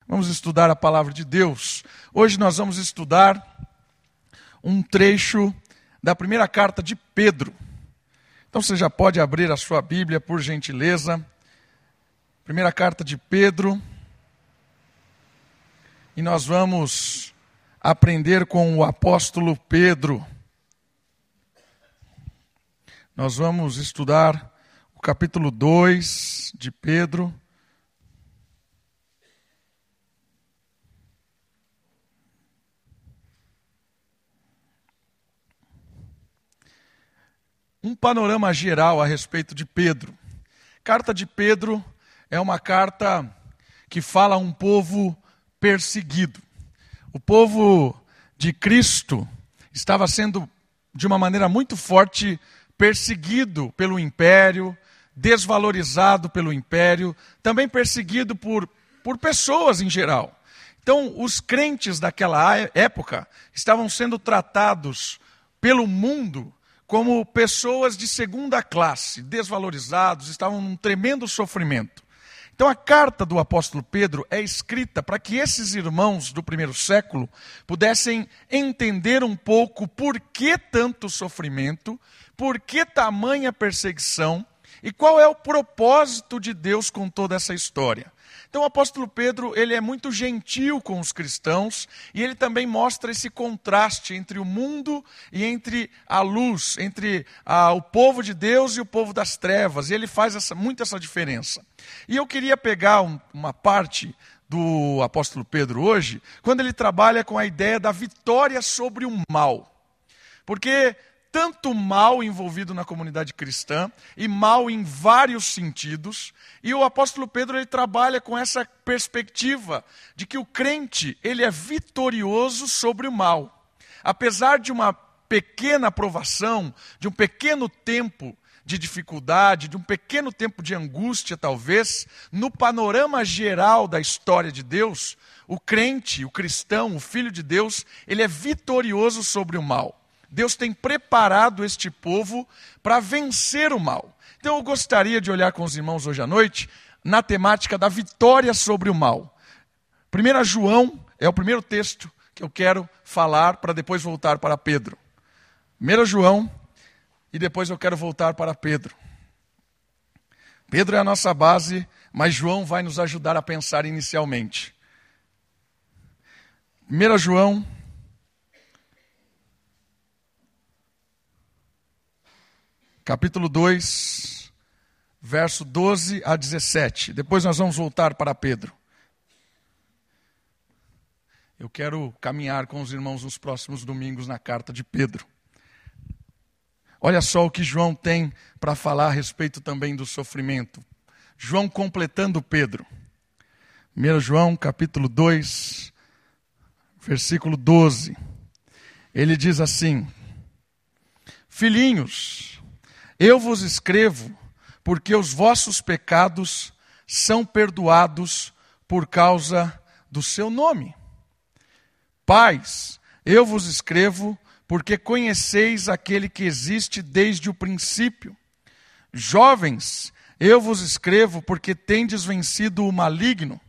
Vamos estudar a palavra de Deus. Hoje nós vamos estudar um trecho da primeira carta de Pedro. Então você já pode abrir a sua Bíblia, por gentileza. Primeira carta de Pedro. E nós vamos aprender com o apóstolo Pedro. Nós vamos estudar o capítulo 2 de Pedro. Um panorama geral a respeito de Pedro. Carta de Pedro é uma carta que fala a um povo perseguido. O povo de Cristo estava sendo, de uma maneira muito forte, perseguido pelo império, desvalorizado pelo império, também perseguido por pessoas em geral. Então, os crentes daquela época estavam sendo tratados pelo mundo como pessoas de segunda classe, desvalorizados, estavam num tremendo sofrimento. Então a carta do apóstolo Pedro é escrita para que esses irmãos do primeiro século pudessem entender um pouco por que tanto sofrimento, por que tamanha perseguição e qual é o propósito de Deus com toda essa história. Então o apóstolo Pedro, ele é muito gentil com os cristãos e ele também mostra esse contraste entre o mundo e entre a luz, entre o povo de Deus e o povo das trevas. E ele faz muito essa diferença. E eu queria pegar uma parte do apóstolo Pedro hoje, quando ele trabalha com a ideia da vitória sobre o mal. Porque tanto mal envolvido na comunidade cristã, e mal em vários sentidos, e o apóstolo Pedro ele trabalha com essa perspectiva de que o crente ele é vitorioso sobre o mal. Apesar de uma pequena provação, de um pequeno tempo de dificuldade, de um pequeno tempo de angústia talvez, no panorama geral da história de Deus, o crente, o cristão, o filho de Deus, ele é vitorioso sobre o mal. Deus tem preparado este povo para vencer o mal. Então eu gostaria de olhar com os irmãos hoje à noite na temática da vitória sobre o mal. 1 João é o primeiro texto que eu quero falar para depois voltar para Pedro. 1 João e depois eu quero voltar para Pedro. Pedro é a nossa base, mas João vai nos ajudar a pensar inicialmente. 1 João capítulo 2, verso 12 a 17. Depois nós vamos voltar para Pedro. Eu quero caminhar com os irmãos nos próximos domingos na carta de Pedro. Olha só o que João tem para falar a respeito também do sofrimento. João completando Pedro. 1 João capítulo 2, versículo 12. Ele diz assim: Filhinhos, eu vos escrevo porque os vossos pecados são perdoados por causa do seu nome. Pais, eu vos escrevo porque conheceis aquele que existe desde o princípio. Jovens, eu vos escrevo porque tendes vencido o maligno.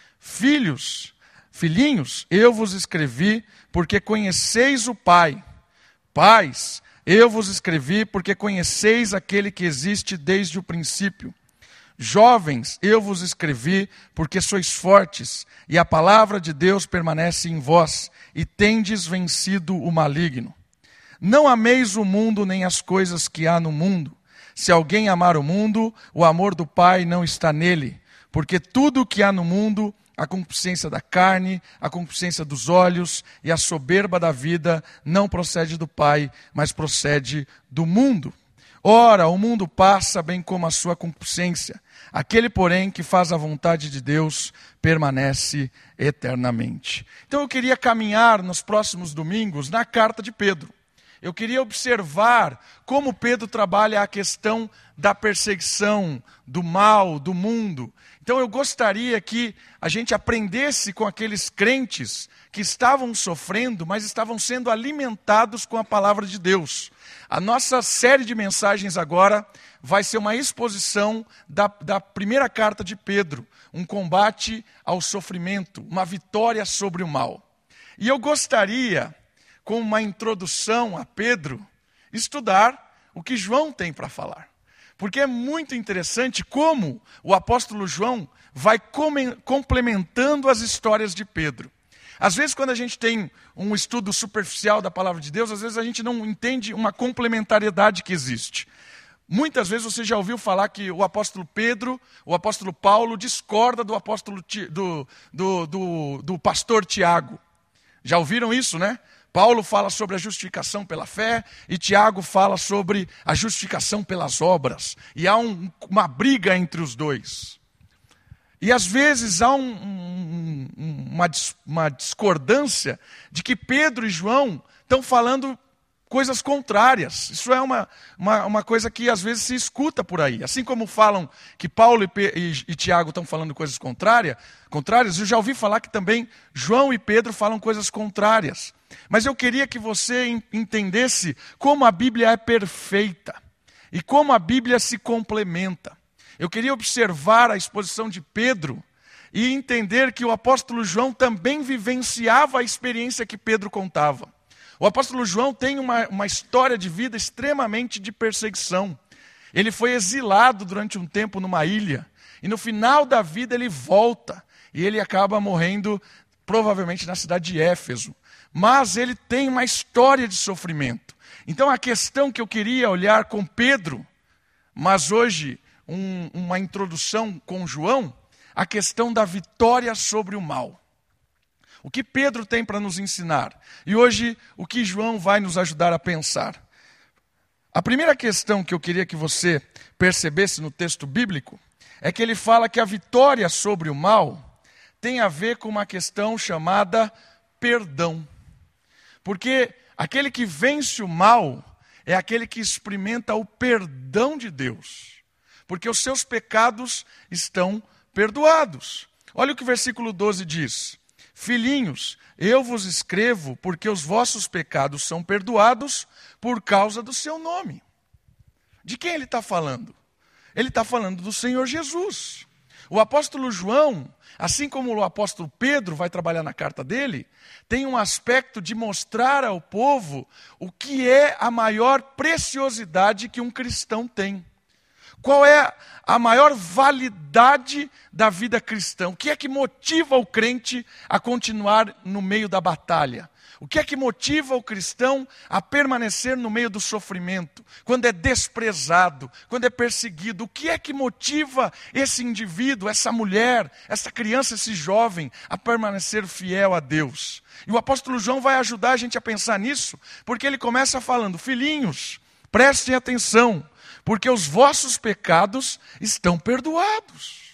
Filhinhos, eu vos escrevi porque conheceis o Pai. Pais, eu vos escrevi porque conheceis aquele que existe desde o princípio. Jovens, eu vos escrevi porque sois fortes, e a palavra de Deus permanece em vós, e tendes vencido o maligno. Não ameis o mundo nem as coisas que há no mundo. Se alguém amar o mundo, o amor do Pai não está nele, porque tudo o que há no mundo, a concupiscência da carne, a concupiscência dos olhos e a soberba da vida não procede do Pai, mas procede do mundo. Ora, o mundo passa bem como a sua concupiscência. Aquele, porém, que faz a vontade de Deus permanece eternamente. Então eu queria caminhar nos próximos domingos na carta de Pedro. eu queria observar como Pedro trabalha a questão da perseguição, do mal, do mundo. Então eu gostaria que a gente aprendesse com aqueles crentes que estavam sofrendo, mas estavam sendo alimentados com a palavra de Deus. A nossa série de mensagens agora vai ser uma exposição da primeira carta de Pedro, um combate ao sofrimento, uma vitória sobre o mal. E eu gostaria, com uma introdução a Pedro, estudar o que João tem para falar. Porque é muito interessante como o apóstolo João vai complementando as histórias de Pedro. Às vezes, quando a gente tem um estudo superficial da palavra de Deus, às vezes a gente não entende uma complementariedade que existe. Muitas vezes você já ouviu falar que o apóstolo Pedro, o apóstolo Paulo, discorda do apóstolo do pastor Tiago. Já ouviram isso, né? Paulo fala sobre a justificação pela fé e Tiago fala sobre a justificação pelas obras. E há uma briga entre os dois. E às vezes há uma discordância de que Pedro e João estão falando coisas contrárias. Isso é uma coisa que às vezes se escuta por aí. Assim como falam que Paulo e Tiago estão falando coisas contrárias, eu já ouvi falar que também João e Pedro falam coisas contrárias. Mas eu queria que você entendesse como a Bíblia é perfeita e como a Bíblia se complementa. Eu queria observar a exposição de Pedro e entender que o apóstolo João também vivenciava a experiência que Pedro contava. O apóstolo João tem uma história de vida extremamente de perseguição. Ele foi exilado durante um tempo numa ilha e no final da vida ele volta e ele acaba morrendo provavelmente na cidade de Éfeso. Mas ele tem uma história de sofrimento. Então a questão que eu queria olhar com Pedro, mas hoje uma introdução com João, a questão da vitória sobre o mal. O que Pedro tem para nos ensinar? E hoje o que João vai nos ajudar a pensar? A primeira questão que eu queria que você percebesse no texto bíblico é que ele fala que a vitória sobre o mal tem a ver com uma questão chamada perdão. Porque aquele que vence o mal é aquele que experimenta o perdão de Deus. Porque os seus pecados estão perdoados. Olha o que o versículo 12 diz. Filhinhos, eu vos escrevo porque os vossos pecados são perdoados por causa do seu nome. De quem ele está falando? Ele está falando do Senhor Jesus. O apóstolo João, assim como o apóstolo Pedro vai trabalhar na carta dele, tem um aspecto de mostrar ao povo o que é a maior preciosidade que um cristão tem. Qual é a maior validade da vida cristã? O que é que motiva o crente a continuar no meio da batalha? O que é que motiva o cristão a permanecer no meio do sofrimento? Quando é desprezado, quando é perseguido, o que é que motiva esse indivíduo, essa mulher, essa criança, esse jovem a permanecer fiel a Deus? E o apóstolo João vai ajudar a gente a pensar nisso, porque ele começa falando, filhinhos, prestem atenção, porque os vossos pecados estão perdoados.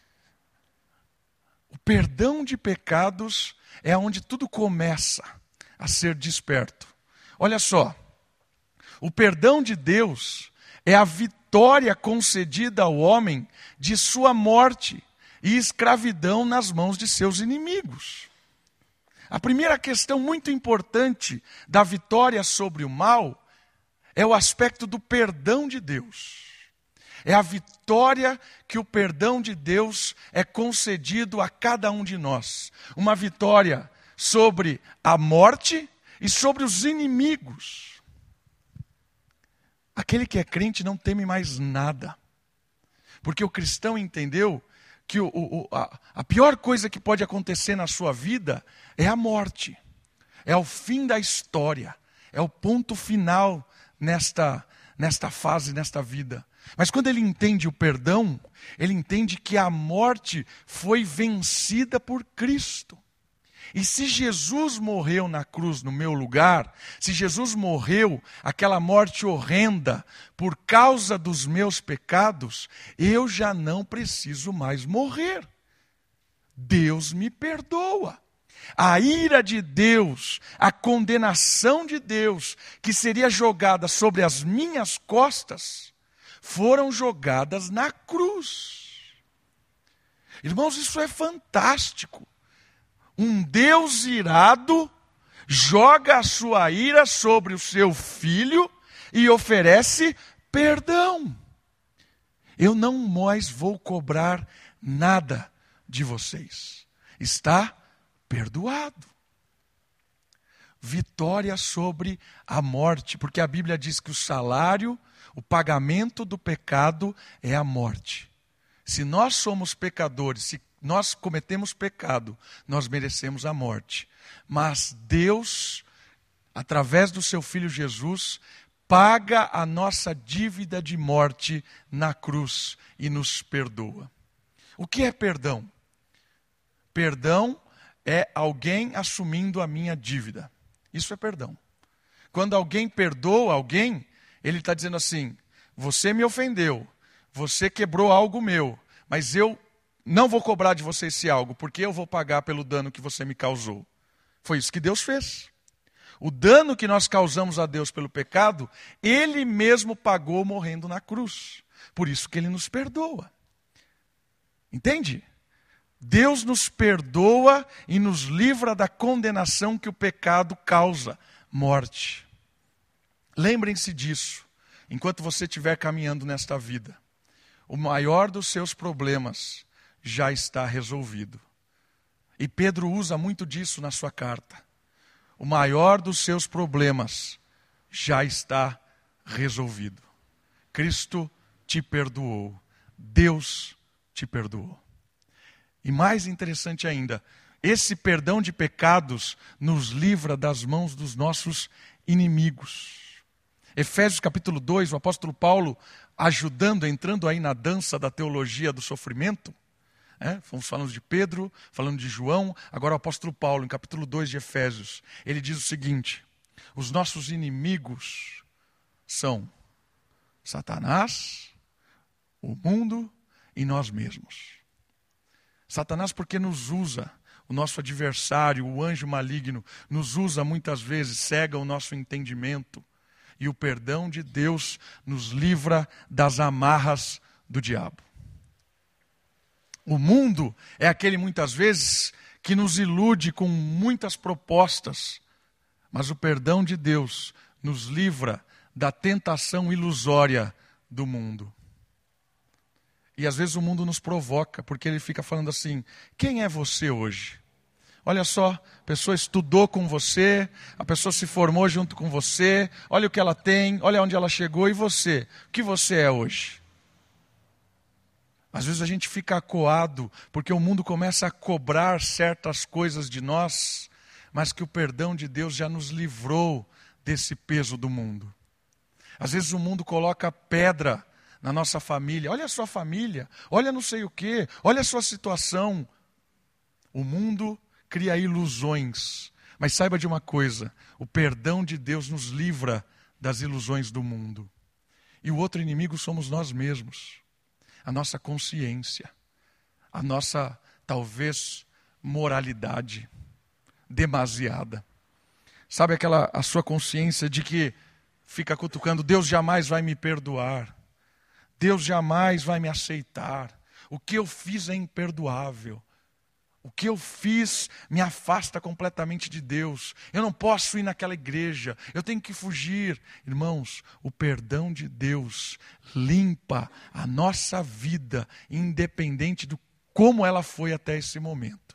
O perdão de pecados é onde tudo começa a ser desperto. Olha só, o perdão de Deus é a vitória concedida ao homem de sua morte e escravidão nas mãos de seus inimigos. A primeira questão muito importante da vitória sobre o mal é o aspecto do perdão de Deus. É a vitória que o perdão de Deus é concedido a cada um de nós. Uma vitória sobre a morte e sobre os inimigos. Aquele que é crente não teme mais nada. Porque o cristão entendeu que a pior coisa que pode acontecer na sua vida é a morte. É o fim da história. É o ponto final nesta fase, nesta vida. Mas quando ele entende o perdão, ele entende que a morte foi vencida por Cristo. E se Jesus morreu na cruz no meu lugar, se Jesus morreu aquela morte horrenda por causa dos meus pecados, eu já não preciso mais morrer. Deus me perdoa. A ira de Deus, a condenação de Deus, que seria jogada sobre as minhas costas, foram jogadas na cruz. Irmãos, isso é fantástico. Um Deus irado joga a sua ira sobre o seu filho e oferece perdão. Eu não mais vou cobrar nada de vocês. Está perdoado. Vitória sobre a morte, porque a Bíblia diz que o salário, o pagamento do pecado é a morte. Se nós somos pecadores, se nós cometemos pecado, nós merecemos a morte. Mas Deus, através do seu Filho Jesus, paga a nossa dívida de morte na cruz e nos perdoa. O que é perdão? Perdão é alguém assumindo a minha dívida. Isso é perdão. Quando alguém perdoa alguém, ele está dizendo assim: você me ofendeu, você quebrou algo meu, mas eu não vou cobrar de você esse algo, porque eu vou pagar pelo dano que você me causou. Foi isso que Deus fez. O dano que nós causamos a Deus pelo pecado, Ele mesmo pagou morrendo na cruz. Por isso que Ele nos perdoa. Entende? Deus nos perdoa e nos livra da condenação que o pecado causa, morte. Lembrem-se disso, enquanto você estiver caminhando nesta vida. O maior dos seus problemas já está resolvido. E Pedro usa muito disso na sua carta. O maior dos seus problemas já está resolvido. Cristo te perdoou. Deus te perdoou. E mais interessante ainda, esse perdão de pecados nos livra das mãos dos nossos inimigos. Efésios capítulo 2, o apóstolo Paulo entrando aí na dança da teologia do sofrimento. Fomos falando de Pedro, falando de João, agora o apóstolo Paulo, em capítulo 2 de Efésios, ele diz o seguinte: os nossos inimigos são Satanás, o mundo e nós mesmos. Satanás porque nos usa, o nosso adversário, o anjo maligno, nos usa muitas vezes, cega o nosso entendimento. E o perdão de Deus nos livra das amarras do diabo. O mundo é aquele muitas vezes que nos ilude com muitas propostas, mas o perdão de Deus nos livra da tentação ilusória do mundo. E às vezes o mundo nos provoca, porque ele fica falando assim: quem é você hoje? Olha só, a pessoa estudou com você, a pessoa se formou junto com você, olha o que ela tem, olha onde ela chegou, e você? O que você é hoje? Às vezes a gente fica acuado, porque o mundo começa a cobrar certas coisas de nós, mas que o perdão de Deus já nos livrou desse peso do mundo. Às vezes o mundo coloca pedra na nossa família. Olha a sua família, olha não sei o quê, olha a sua situação. O mundo cria ilusões, mas saiba de uma coisa: o perdão de Deus nos livra das ilusões do mundo. E o outro inimigo somos nós mesmos, a nossa consciência, a nossa, talvez, moralidade demasiada. Sabe a sua consciência de que fica cutucando: Deus jamais vai me perdoar, Deus jamais vai me aceitar, o que eu fiz é imperdoável, o que eu fiz me afasta completamente de Deus, eu não posso ir naquela igreja, eu tenho que fugir. Irmãos, o perdão de Deus limpa a nossa vida, independente de como ela foi até esse momento.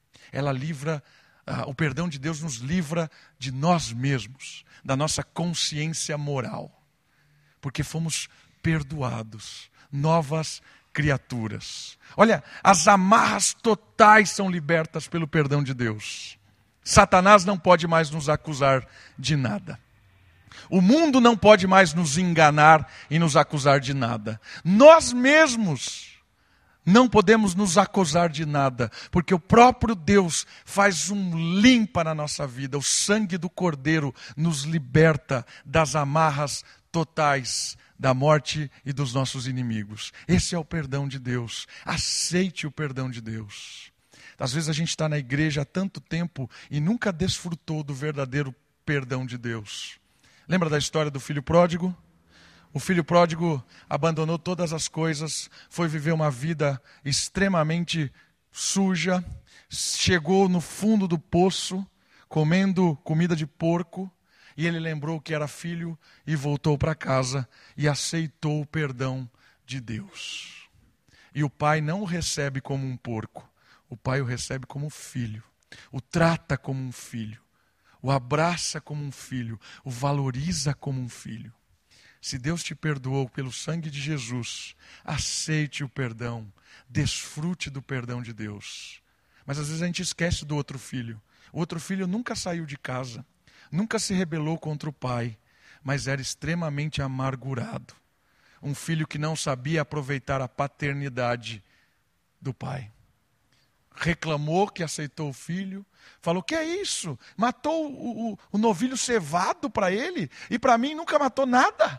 O perdão de Deus nos livra de nós mesmos, da nossa consciência moral, porque fomos perdoados, novas criaturas. Olha, as amarras totais são libertas pelo perdão de Deus. Satanás não pode mais nos acusar de nada. O mundo não pode mais nos enganar e nos acusar de nada. Nós mesmos não podemos nos acusar de nada, porque o próprio Deus faz um limpa na nossa vida. O sangue do Cordeiro nos liberta das amarras totais da morte e dos nossos inimigos. Esse é o perdão de Deus. Aceite o perdão de Deus. Às vezes a gente está na igreja há tanto tempo e nunca desfrutou do verdadeiro perdão de Deus. Lembra da história do filho pródigo? O filho pródigo abandonou todas as coisas, foi viver uma vida extremamente suja, chegou no fundo do poço, comendo comida de porco, e ele lembrou que era filho e voltou para casa e aceitou o perdão de Deus. E o pai não o recebe como um porco, o pai o recebe como filho, o trata como um filho, o abraça como um filho, o valoriza como um filho. Se Deus te perdoou pelo sangue de Jesus, aceite o perdão, desfrute do perdão de Deus. Mas às vezes a gente esquece do outro filho. O outro filho nunca saiu de casa, nunca se rebelou contra o pai, mas era extremamente amargurado. Um filho que não sabia aproveitar a paternidade do pai. Reclamou que aceitou o filho, falou, que é isso? Matou o novilho cevado para ele e para mim nunca matou nada.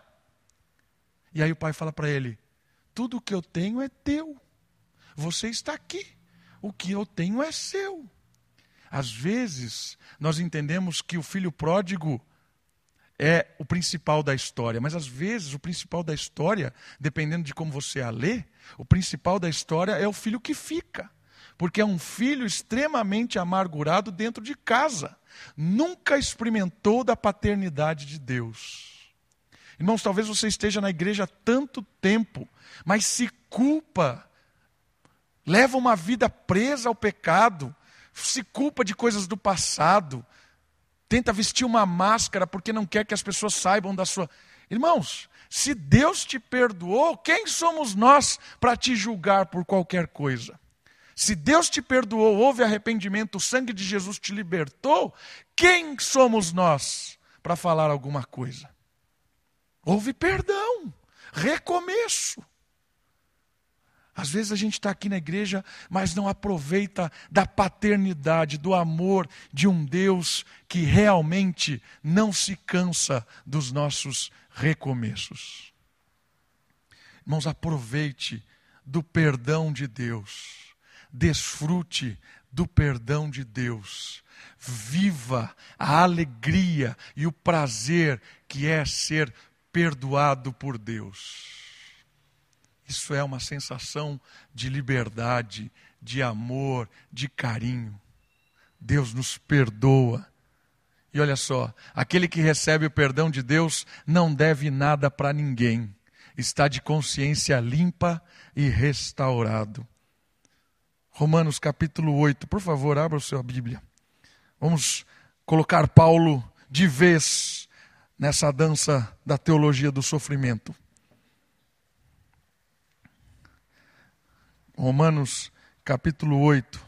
E aí o pai fala para ele, tudo o que eu tenho é teu, você está aqui, o que eu tenho é seu. Às vezes nós entendemos que o filho pródigo é o principal da história, mas às vezes o principal da história, dependendo de como você a lê, o principal da história é o filho que fica. Porque é um filho extremamente amargurado dentro de casa. Nunca experimentou da paternidade de Deus. Irmãos, talvez você esteja na igreja há tanto tempo, mas se culpa, leva uma vida presa ao pecado, se culpa de coisas do passado, tenta vestir uma máscara porque não quer que as pessoas saibam da sua... Irmãos, se Deus te perdoou, quem somos nós para te julgar por qualquer coisa? Se Deus te perdoou, houve arrependimento, o sangue de Jesus te libertou, quem somos nós para falar alguma coisa? Houve perdão, recomeço. Às vezes a gente está aqui na igreja, mas não aproveita da paternidade, do amor de um Deus que realmente não se cansa dos nossos recomeços. Irmãos, aproveite do perdão de Deus. Desfrute do perdão de Deus. Viva a alegria e o prazer que é ser perdoado por Deus. Isso é uma sensação de liberdade, de amor, de carinho. Deus nos perdoa. E olha só, aquele que recebe o perdão de Deus não deve nada para ninguém. Está de consciência limpa e restaurado. Romanos capítulo 8, por favor, abra a sua Bíblia. Vamos colocar Paulo de vez nessa dança da teologia do sofrimento. Romanos capítulo 8,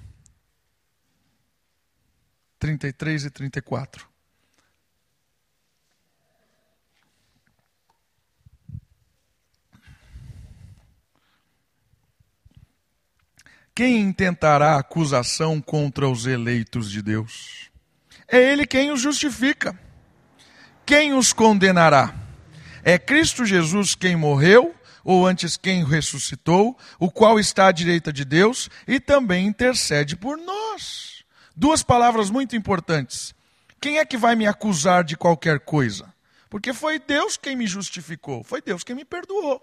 33 e 34. Quem intentará acusação contra os eleitos de Deus? É Ele quem os justifica. Quem os condenará? É Cristo Jesus quem morreu, ou antes quem ressuscitou, o qual está à direita de Deus e também intercede por nós. Duas palavras muito importantes. Quem é que vai me acusar de qualquer coisa? Porque foi Deus quem me justificou, foi Deus quem me perdoou.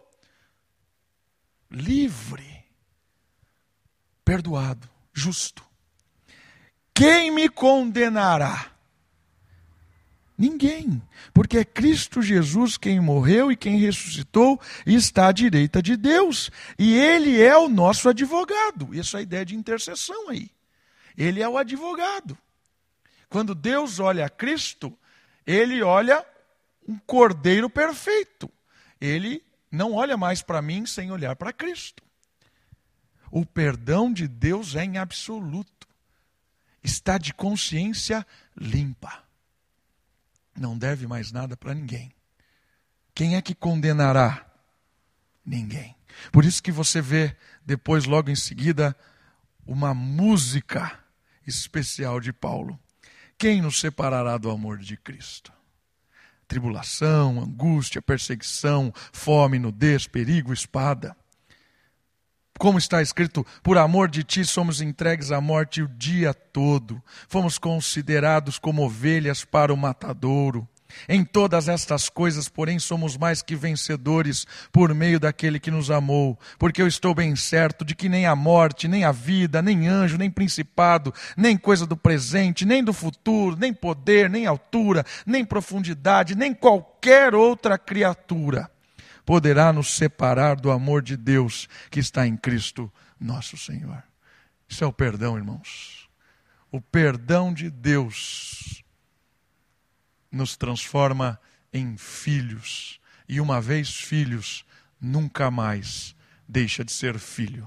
Livre. Perdoado, justo. Quem me condenará? Ninguém, porque é Cristo Jesus quem morreu e quem ressuscitou e está à direita de Deus. E Ele é o nosso advogado. Essa é a ideia de intercessão aí. Ele é o advogado. Quando Deus olha a Cristo, Ele olha um cordeiro perfeito. Ele não olha mais para mim sem olhar para Cristo. O perdão de Deus é em absoluto. Está de consciência limpa. Não deve mais nada para ninguém. Quem é que condenará? Ninguém. Por isso que você vê depois, logo em seguida, uma música especial de Paulo. Quem nos separará do amor de Cristo? Tribulação, angústia, perseguição, fome, nudez, perigo, espada. Como está escrito, por amor de ti somos entregues à morte o dia todo. Fomos considerados como ovelhas para o matadouro. Em todas estas coisas, porém, somos mais que vencedores por meio daquele que nos amou. Porque eu estou bem certo de que nem a morte, nem a vida, nem anjo, nem principado, nem coisa do presente, nem do futuro, nem poder, nem altura, nem profundidade, nem qualquer outra criatura poderá nos separar do amor de Deus que está em Cristo nosso Senhor. Isso é o perdão, irmãos. O perdão de Deus nos transforma em filhos. E uma vez filhos, nunca mais deixa de ser filho.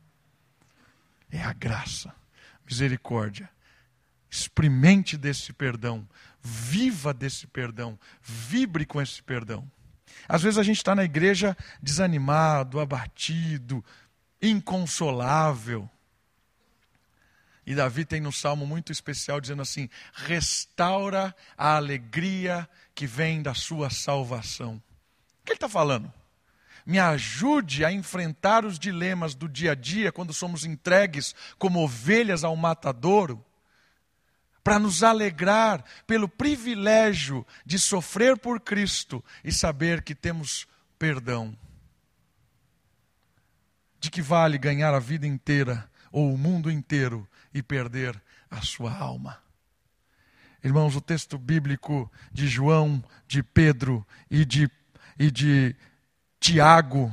É a graça, misericórdia. Experimente desse perdão, viva desse perdão, vibre com esse perdão. Às vezes a gente está na igreja desanimado, abatido, inconsolável. E Davi tem no Salmo muito especial dizendo assim: restaura a alegria que vem da sua salvação. O que ele está falando? Me ajude a enfrentar os dilemas do dia a dia, quando somos entregues como ovelhas ao matadouro, para nos alegrar pelo privilégio de sofrer por Cristo e saber que temos perdão. De que vale ganhar a vida inteira ou o mundo inteiro e perder a sua alma? Irmãos, o texto bíblico de João, de Pedro e de Tiago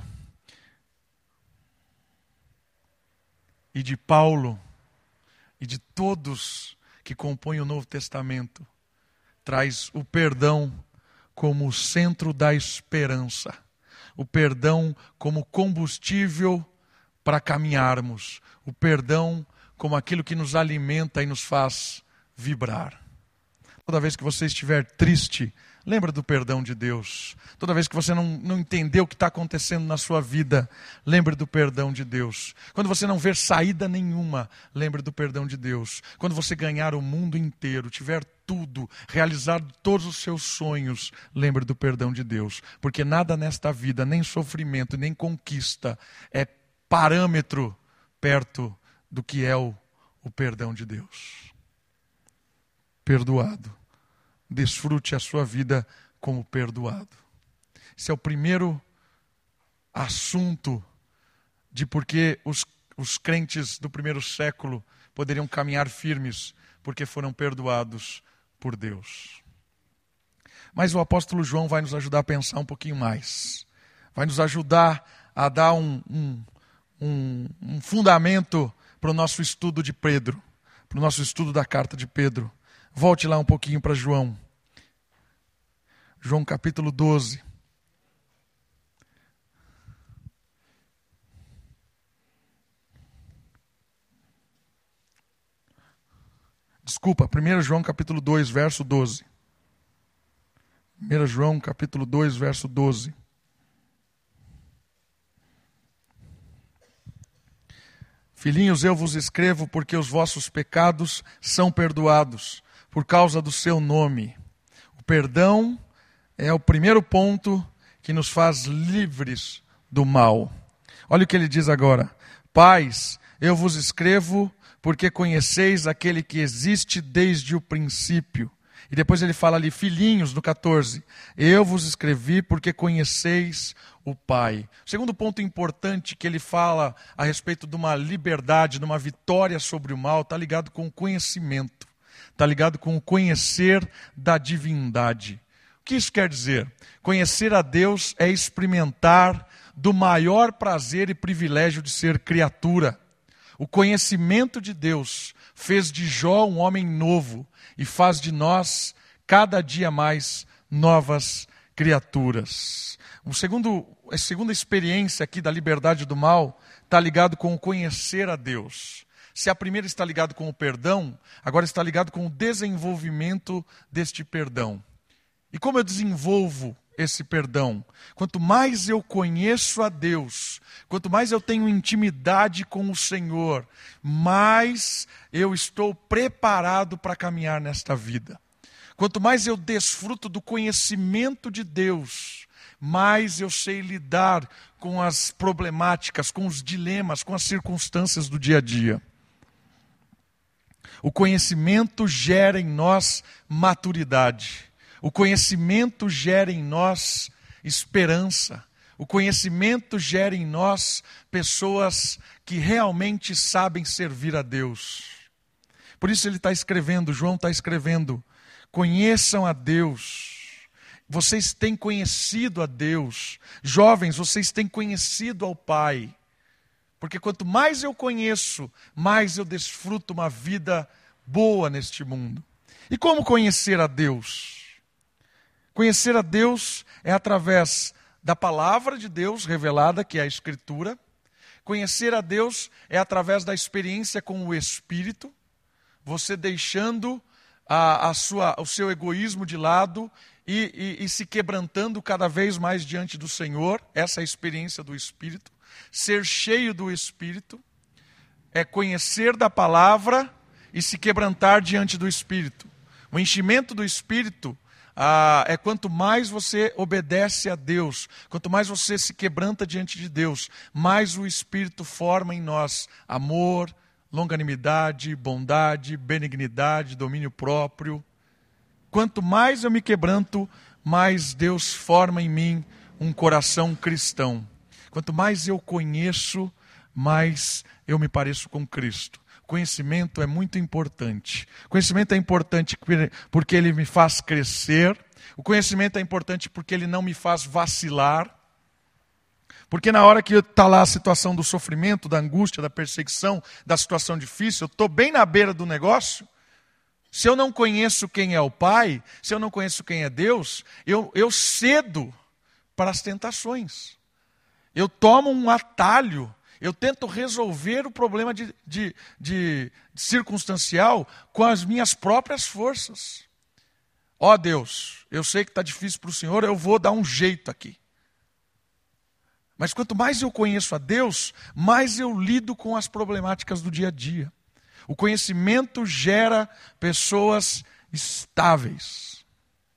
e de Paulo e de todos que compõem o Novo Testamento, traz o perdão como o centro da esperança, o perdão como combustível para caminharmos, o perdão como aquilo que nos alimenta e nos faz vibrar. Toda vez que você estiver triste, lembra do perdão de Deus. Toda vez que você não entendeu o que está acontecendo na sua vida, lembre do perdão de Deus. Quando você não ver saída nenhuma, lembre do perdão de Deus. Quando você ganhar o mundo inteiro, tiver tudo, realizar todos os seus sonhos, lembre do perdão de Deus. Porque nada nesta vida, nem sofrimento, nem conquista, é parâmetro perto do que é o perdão de Deus. Perdoado. Desfrute a sua vida como perdoado. Esse é o primeiro assunto de por que os crentes do primeiro século poderiam caminhar firmes, porque foram perdoados por Deus. Mas o apóstolo João vai nos ajudar a pensar um pouquinho mais. Vai nos ajudar a dar um fundamento para o nosso estudo de Pedro, para o nosso estudo da carta de Pedro. Volte lá um pouquinho para João. João capítulo 12. Desculpa, 1 João capítulo 2, verso 12. 1 João capítulo 2, verso 12. Filhinhos, eu vos escrevo porque os vossos pecados são perdoados por causa do seu nome. O perdão é o primeiro ponto que nos faz livres do mal. Olha o que ele diz agora. Pais, eu vos escrevo porque conheceis aquele que existe desde o princípio. E depois ele fala ali, filhinhos, no 14. Eu vos escrevi porque conheceis o Pai. O segundo ponto importante que ele fala a respeito de uma liberdade, de uma vitória sobre o mal, está ligado com o conhecimento. Está ligado com o conhecer da divindade. O que isso quer dizer? Conhecer a Deus é experimentar do maior prazer e privilégio de ser criatura. O conhecimento de Deus fez de Jó um homem novo e faz de nós cada dia mais novas criaturas. A segunda experiência aqui da liberdade do mal está ligado com o conhecer a Deus. Se a primeira está ligada com o perdão, agora está ligado com o desenvolvimento deste perdão. E como eu desenvolvo esse perdão? Quanto mais eu conheço a Deus, quanto mais eu tenho intimidade com o Senhor, mais eu estou preparado para caminhar nesta vida. Quanto mais eu desfruto do conhecimento de Deus, mais eu sei lidar com as problemáticas, com os dilemas, com as circunstâncias do dia a dia. O conhecimento gera em nós maturidade. O conhecimento gera em nós esperança. O conhecimento gera em nós pessoas que realmente sabem servir a Deus. Por isso ele está escrevendo, João está escrevendo, conheçam a Deus. Vocês têm conhecido a Deus. Jovens, vocês têm conhecido ao Pai. Porque quanto mais eu conheço, mais eu desfruto uma vida boa neste mundo. E como conhecer a Deus? Conhecer a Deus é através da palavra de Deus revelada, que é a Escritura. Conhecer a Deus é através da experiência com o Espírito. Você deixando o seu egoísmo de lado e se quebrantando cada vez mais diante do Senhor. Essa é a experiência do Espírito. Ser cheio do Espírito é conhecer da palavra e se quebrantar diante do Espírito. O enchimento do Espírito é quanto mais você obedece a Deus, quanto mais você se quebranta diante de Deus, mais o Espírito forma em nós amor, longanimidade, bondade, benignidade, domínio próprio. Quanto mais eu me quebranto, mais Deus forma em mim um coração cristão. Quanto mais eu conheço, mais eu me pareço com Cristo. Conhecimento é muito importante. Conhecimento é importante porque ele me faz crescer. O conhecimento é importante porque ele não me faz vacilar. Porque na hora que está lá a situação do sofrimento, da angústia, da perseguição, da situação difícil, eu estou bem na beira do negócio. Se eu não conheço quem é o Pai, se eu não conheço quem é Deus, eu cedo para as tentações. Eu tomo um atalho, eu tento resolver o problema de circunstancial com as minhas próprias forças. Ó Deus, eu sei que está difícil para o Senhor, eu vou dar um jeito aqui. Mas quanto mais eu conheço a Deus, mais eu lido com as problemáticas do dia a dia. O conhecimento gera pessoas estáveis.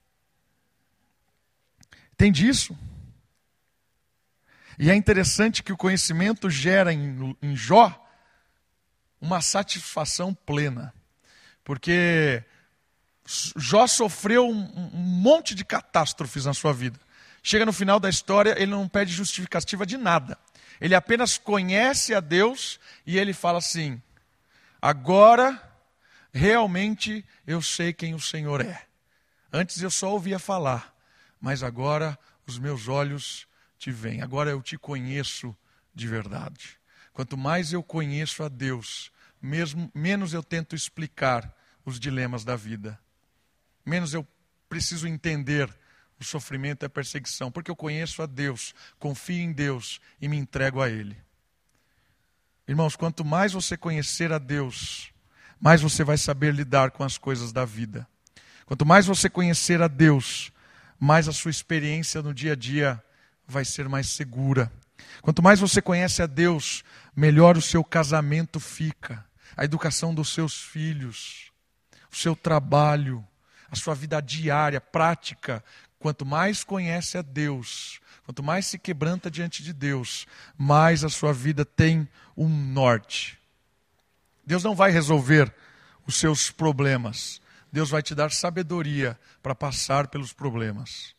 Entende isso? E é interessante que o conhecimento gera em Jó uma satisfação plena. Porque Jó sofreu um monte de catástrofes na sua vida. Chega no final da história, ele não pede justificativa de nada. Ele apenas conhece a Deus e ele fala assim: agora realmente eu sei quem o Senhor é. Antes eu só ouvia falar, mas agora os meus olhos te veem. Agora eu te conheço de verdade. Quanto mais eu conheço a Deus, menos eu tento explicar os dilemas da vida. Menos eu preciso entender o sofrimento e a perseguição, porque eu conheço a Deus, confio em Deus e me entrego a Ele. Irmãos, quanto mais você conhecer a Deus, mais você vai saber lidar com as coisas da vida. Quanto mais você conhecer a Deus, mais a sua experiência no dia a dia vai ser mais segura. Quanto mais você conhece a Deus, melhor o seu casamento fica, a educação dos seus filhos, o seu trabalho, a sua vida diária, prática. Quanto mais conhece a Deus, quanto mais se quebranta diante de Deus, mais a sua vida tem um norte. Deus não vai resolver os seus problemas. Deus vai te dar sabedoria para passar pelos problemas.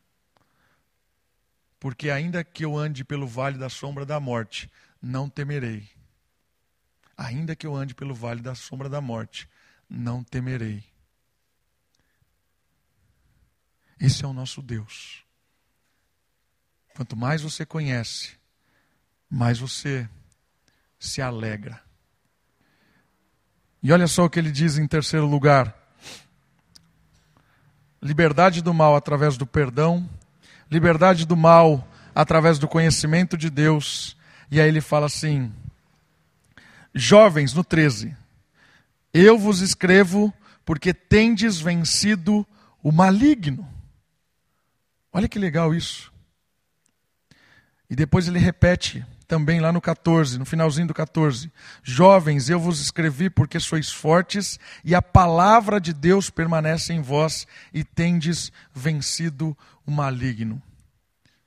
Porque ainda que eu ande pelo vale da sombra da morte, não temerei. Ainda que eu ande pelo vale da sombra da morte, não temerei. Esse é o nosso Deus. Quanto mais você conhece, mais você se alegra. E olha só o que ele diz em terceiro lugar: liberdade do mal através do perdão, liberdade do mal através do conhecimento de Deus. E aí ele fala assim: jovens, no 13, eu vos escrevo porque tendes vencido o maligno. Olha que legal isso. E depois ele repete também lá no 14, no finalzinho do 14. Jovens, eu vos escrevi porque sois fortes e a palavra de Deus permanece em vós e tendes vencido o maligno.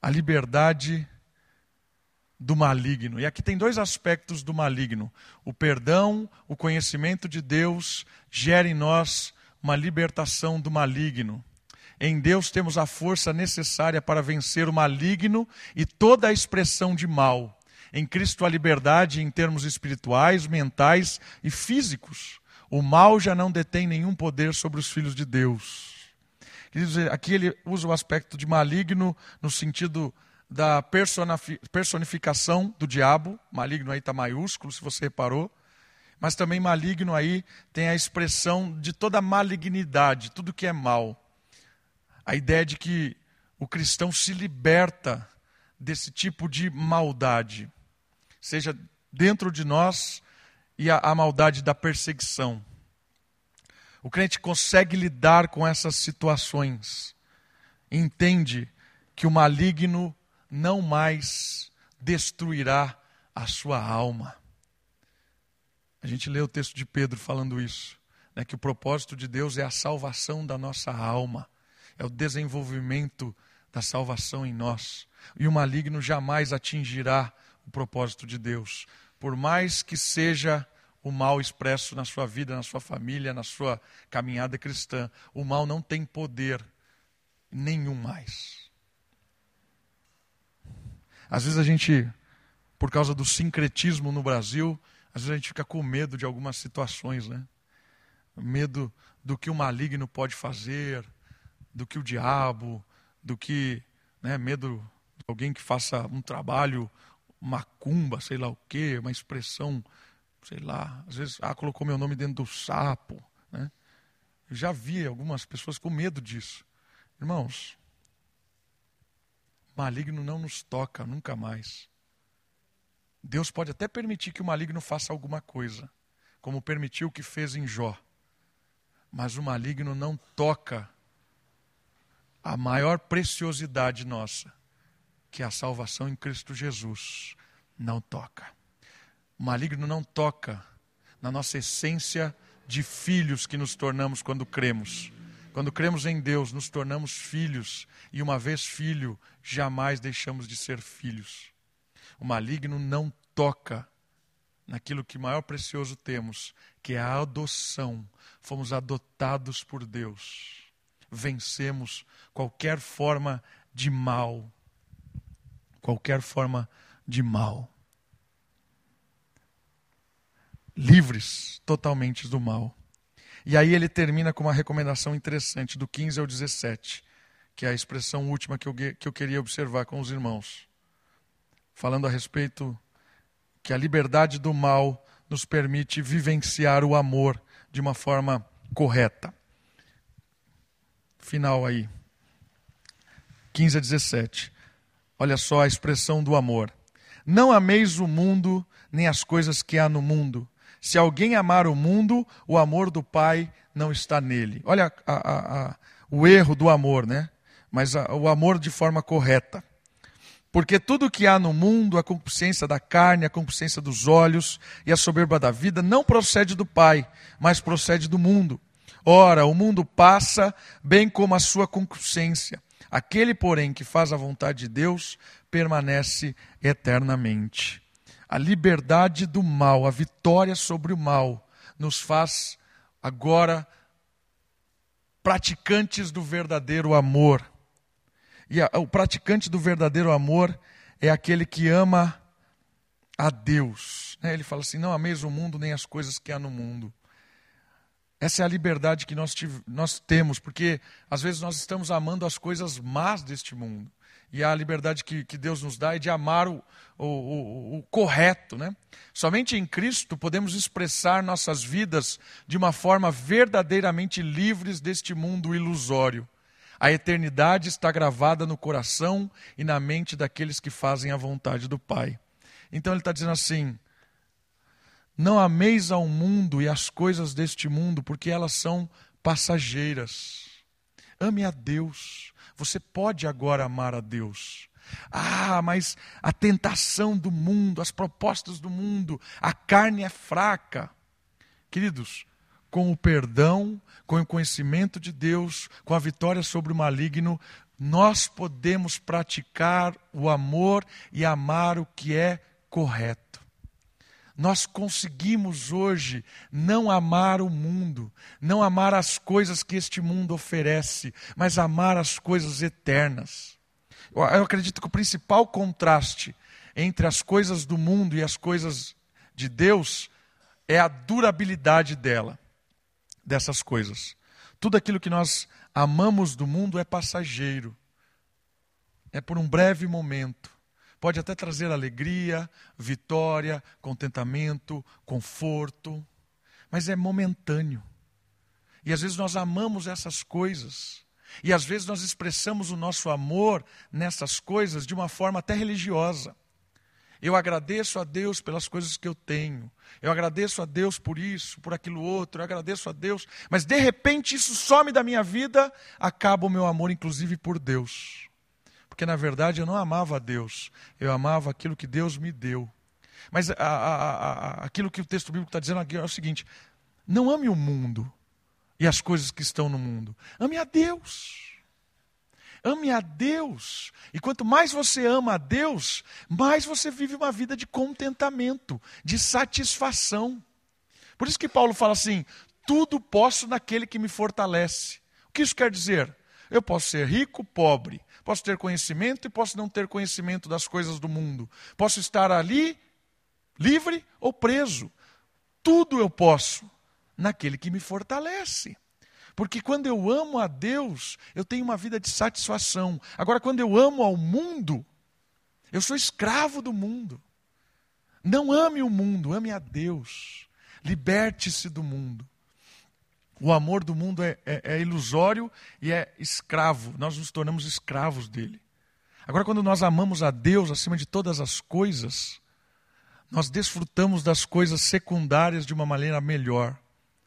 a liberdade do maligno. E aqui tem dois aspectos do maligno. O perdão, o conhecimento de Deus gera em nós uma libertação do maligno. Em Deus temos a força necessária para vencer o maligno e toda a expressão de mal. Em Cristo a liberdade em termos espirituais, mentais e físicos. O mal já não detém nenhum poder sobre os filhos de Deus. Aqui ele usa o aspecto de maligno no sentido da personificação do diabo. Maligno aí está maiúsculo, se você reparou. Mas também maligno aí tem a expressão de toda a malignidade, tudo que é mal. A ideia de que o cristão se liberta desse tipo de maldade. Seja dentro de nós e a maldade da perseguição. O crente consegue lidar com essas situações. Entende que o maligno não mais destruirá a sua alma. A gente lê o texto de Pedro falando isso, né, que o propósito de Deus é a salvação da nossa alma. É o desenvolvimento da salvação em nós. E o maligno jamais atingirá o propósito de Deus. Por mais que seja o mal expresso na sua vida, na sua família, na sua caminhada cristã, o mal não tem poder nenhum mais. Às vezes a gente, por causa do sincretismo no Brasil, às vezes a gente fica com medo de algumas situações, né? Medo do que o maligno pode fazer, do que o diabo, do que, né, medo de alguém que faça um trabalho, macumba, sei lá o quê, uma expressão, sei lá, às vezes, colocou meu nome dentro do sapo, né? Eu já vi algumas pessoas com medo disso. Irmãos, maligno não nos toca nunca mais. Deus pode até permitir que o maligno faça alguma coisa, como permitiu o que fez em Jó. Mas o maligno não toca a maior preciosidade nossa, que é a salvação em Cristo Jesus. Não toca. O maligno não toca na nossa essência de filhos que nos tornamos quando cremos. Quando cremos em Deus, nos tornamos filhos. E uma vez filho, jamais deixamos de ser filhos. O maligno não toca naquilo que maior precioso temos, que é a adoção. Fomos adotados por Deus. Vencemos qualquer forma de mal. Qualquer forma de mal. Livres totalmente do mal. E aí ele termina com uma recomendação interessante, do 15 ao 17, que é a expressão última que eu queria observar com os irmãos. Falando a respeito que a liberdade do mal nos permite vivenciar o amor de uma forma correta. Final aí. 15 a 17. Olha só a expressão do amor. Não ameis o mundo, nem as coisas que há no mundo. Se alguém amar o mundo, o amor do Pai não está nele. Olha o erro do amor, né? Mas o amor de forma correta. Porque tudo que há no mundo, a concupiscência da carne, a concupiscência dos olhos e a soberba da vida, não procede do Pai, mas procede do mundo. Ora, o mundo passa, bem como a sua concupiscência. Aquele, porém, que faz a vontade de Deus, permanece eternamente. A liberdade do mal, a vitória sobre o mal, nos faz agora praticantes do verdadeiro amor. E o praticante do verdadeiro amor é aquele que ama a Deus. Ele fala assim, não ameis o mundo nem as coisas que há no mundo. Essa é a liberdade que nós temos, porque às vezes nós estamos amando as coisas más deste mundo. E a liberdade que Deus nos dá é de amar o correto, né? Somente em Cristo podemos expressar nossas vidas de uma forma verdadeiramente livres deste mundo ilusório. A eternidade está gravada no coração e na mente daqueles que fazem a vontade do Pai. Então ele está dizendo assim, não ameis ao mundo e as coisas deste mundo, porque elas são passageiras. Ame a Deus. Você pode agora amar a Deus. Mas a tentação do mundo, as propostas do mundo, a carne é fraca. Queridos, com o perdão, com o conhecimento de Deus, com a vitória sobre o maligno, nós podemos praticar o amor e amar o que é correto. Nós conseguimos hoje não amar o mundo, não amar as coisas que este mundo oferece, mas amar as coisas eternas. Eu acredito que o principal contraste entre as coisas do mundo e as coisas de Deus é a durabilidade dessas coisas. Tudo aquilo que nós amamos do mundo é passageiro, é por um breve momento. Pode até trazer alegria, vitória, contentamento, conforto, mas é momentâneo. E às vezes nós amamos essas coisas, e às vezes nós expressamos o nosso amor nessas coisas de uma forma até religiosa. Eu agradeço a Deus pelas coisas que eu tenho, eu agradeço a Deus por isso, por aquilo outro, eu agradeço a Deus, mas de repente isso some da minha vida, acaba o meu amor inclusive por Deus. Porque na verdade eu não amava a Deus, eu amava aquilo que Deus me deu. Mas aquilo que o texto bíblico está dizendo aqui é o seguinte: não ame o mundo e as coisas que estão no mundo, ame a Deus. Ame a Deus. E quanto mais você ama a Deus, mais você vive uma vida de contentamento, de satisfação. Por isso que Paulo fala assim: tudo posso naquele que me fortalece. O que isso quer dizer? Eu posso ser rico, pobre. Posso ter conhecimento e posso não ter conhecimento das coisas do mundo. Posso estar ali, livre ou preso. Tudo eu posso naquele que me fortalece. Porque quando eu amo a Deus, eu tenho uma vida de satisfação. Agora, quando eu amo ao mundo, eu sou escravo do mundo. Não ame o mundo, ame a Deus. Liberte-se do mundo. O amor do mundo é ilusório e é escravo. Nós nos tornamos escravos dele. Agora, quando nós amamos a Deus acima de todas as coisas, nós desfrutamos das coisas secundárias de uma maneira melhor.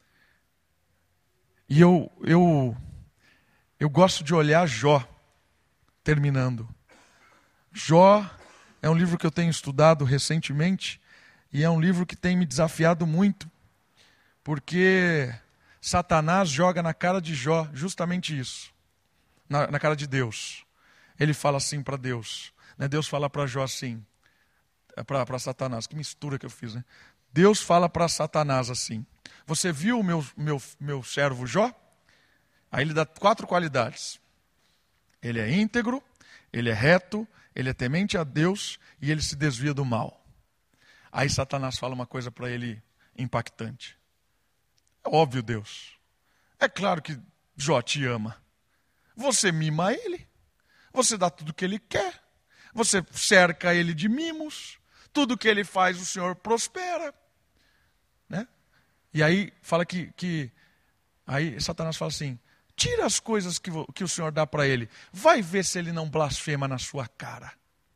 E eu gosto de olhar Jó, terminando. Jó é um livro que eu tenho estudado recentemente e é um livro que tem me desafiado muito, porque Satanás joga na cara de Jó justamente isso, na cara de Deus. Ele fala assim para Deus, né? Deus fala para Jó assim, para Satanás, que mistura que eu fiz, né? Deus fala para Satanás assim: você viu o meu servo Jó? Aí ele dá 4 qualidades. Ele é íntegro, ele é reto, ele é temente a Deus e ele se desvia do mal. Aí Satanás fala uma coisa para ele impactante. É óbvio, Deus. É claro que Jó te ama. Você mima ele. Você dá tudo o que ele quer. Você cerca ele de mimos. Tudo que ele faz, o Senhor prospera. Né? E aí fala aí Satanás fala assim: tira as coisas que o Senhor dá para ele. Vai ver se ele não blasfema na sua cara.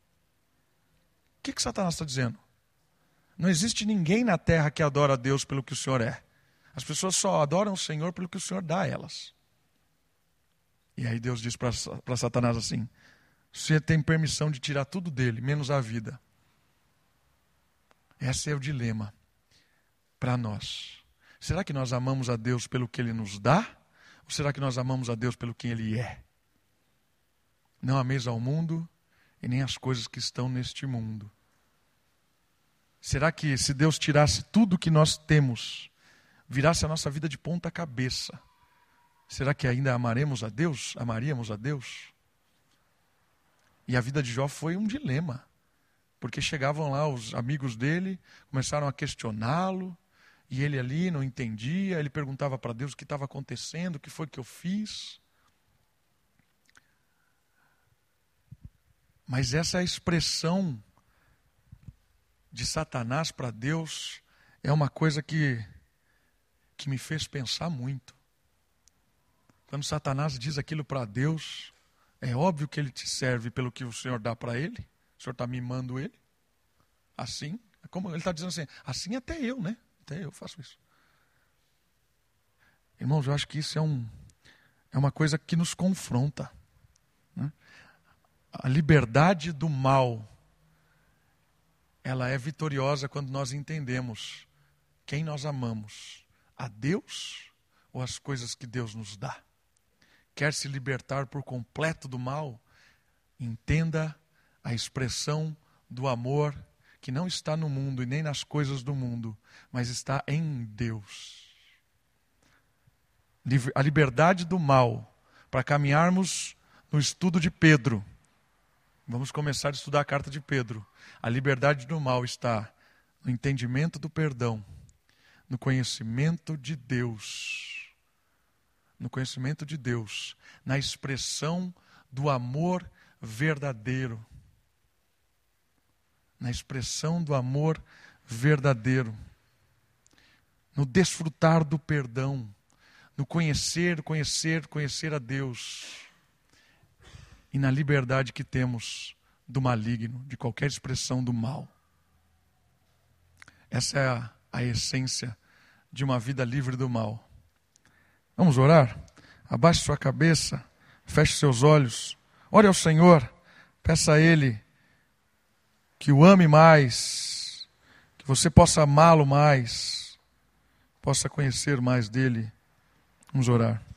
O que Satanás está dizendo? Não existe ninguém na terra que adora a Deus pelo que o Senhor é. As pessoas só adoram o Senhor pelo que o Senhor dá a elas. E aí Deus diz para Satanás assim: você tem permissão de tirar tudo dele, menos a vida. Esse é o dilema para nós. Será que nós amamos a Deus pelo que Ele nos dá? Ou será que nós amamos a Deus pelo que Ele é? Não ameis ao mundo e nem as coisas que estão neste mundo. Será que se Deus tirasse tudo que nós temos, virasse a nossa vida de ponta cabeça, será que ainda amaremos a Deus? Amaríamos a Deus? E a vida de Jó foi um dilema, porque chegavam lá os amigos dele, começaram a questioná-lo, e ele ali não entendia, ele perguntava para Deus o que estava acontecendo, o que foi que eu fiz. Mas essa expressão de Satanás para Deus é uma coisa que me fez pensar muito. Quando Satanás diz aquilo para Deus, é óbvio que ele te serve pelo que o Senhor dá para ele. O Senhor está mimando ele. Assim, como ele está dizendo assim, assim até eu, né? Até eu faço isso. Irmãos, eu acho que isso é uma coisa que nos confronta. Né? A liberdade do mal, ela é vitoriosa quando nós entendemos quem nós amamos, a Deus ou as coisas que Deus nos dá? Quer se libertar por completo do mal? Entenda a expressão do amor que não está no mundo e nem nas coisas do mundo, mas está em Deus. A liberdade do mal, para caminharmos no estudo de Pedro. Vamos começar a estudar a carta de Pedro. A liberdade do mal está no entendimento do perdão, no conhecimento de Deus. No conhecimento de Deus, na expressão do amor verdadeiro. Na expressão do amor verdadeiro. No desfrutar do perdão. No conhecer a Deus. E na liberdade que temos do maligno, de qualquer expressão do mal. Essa é a essência de uma vida livre do mal. Vamos orar? Abaixe sua cabeça, feche seus olhos, ore ao Senhor, peça a Ele que o ame mais, que você possa amá-lo mais, possa conhecer mais dele. Vamos orar.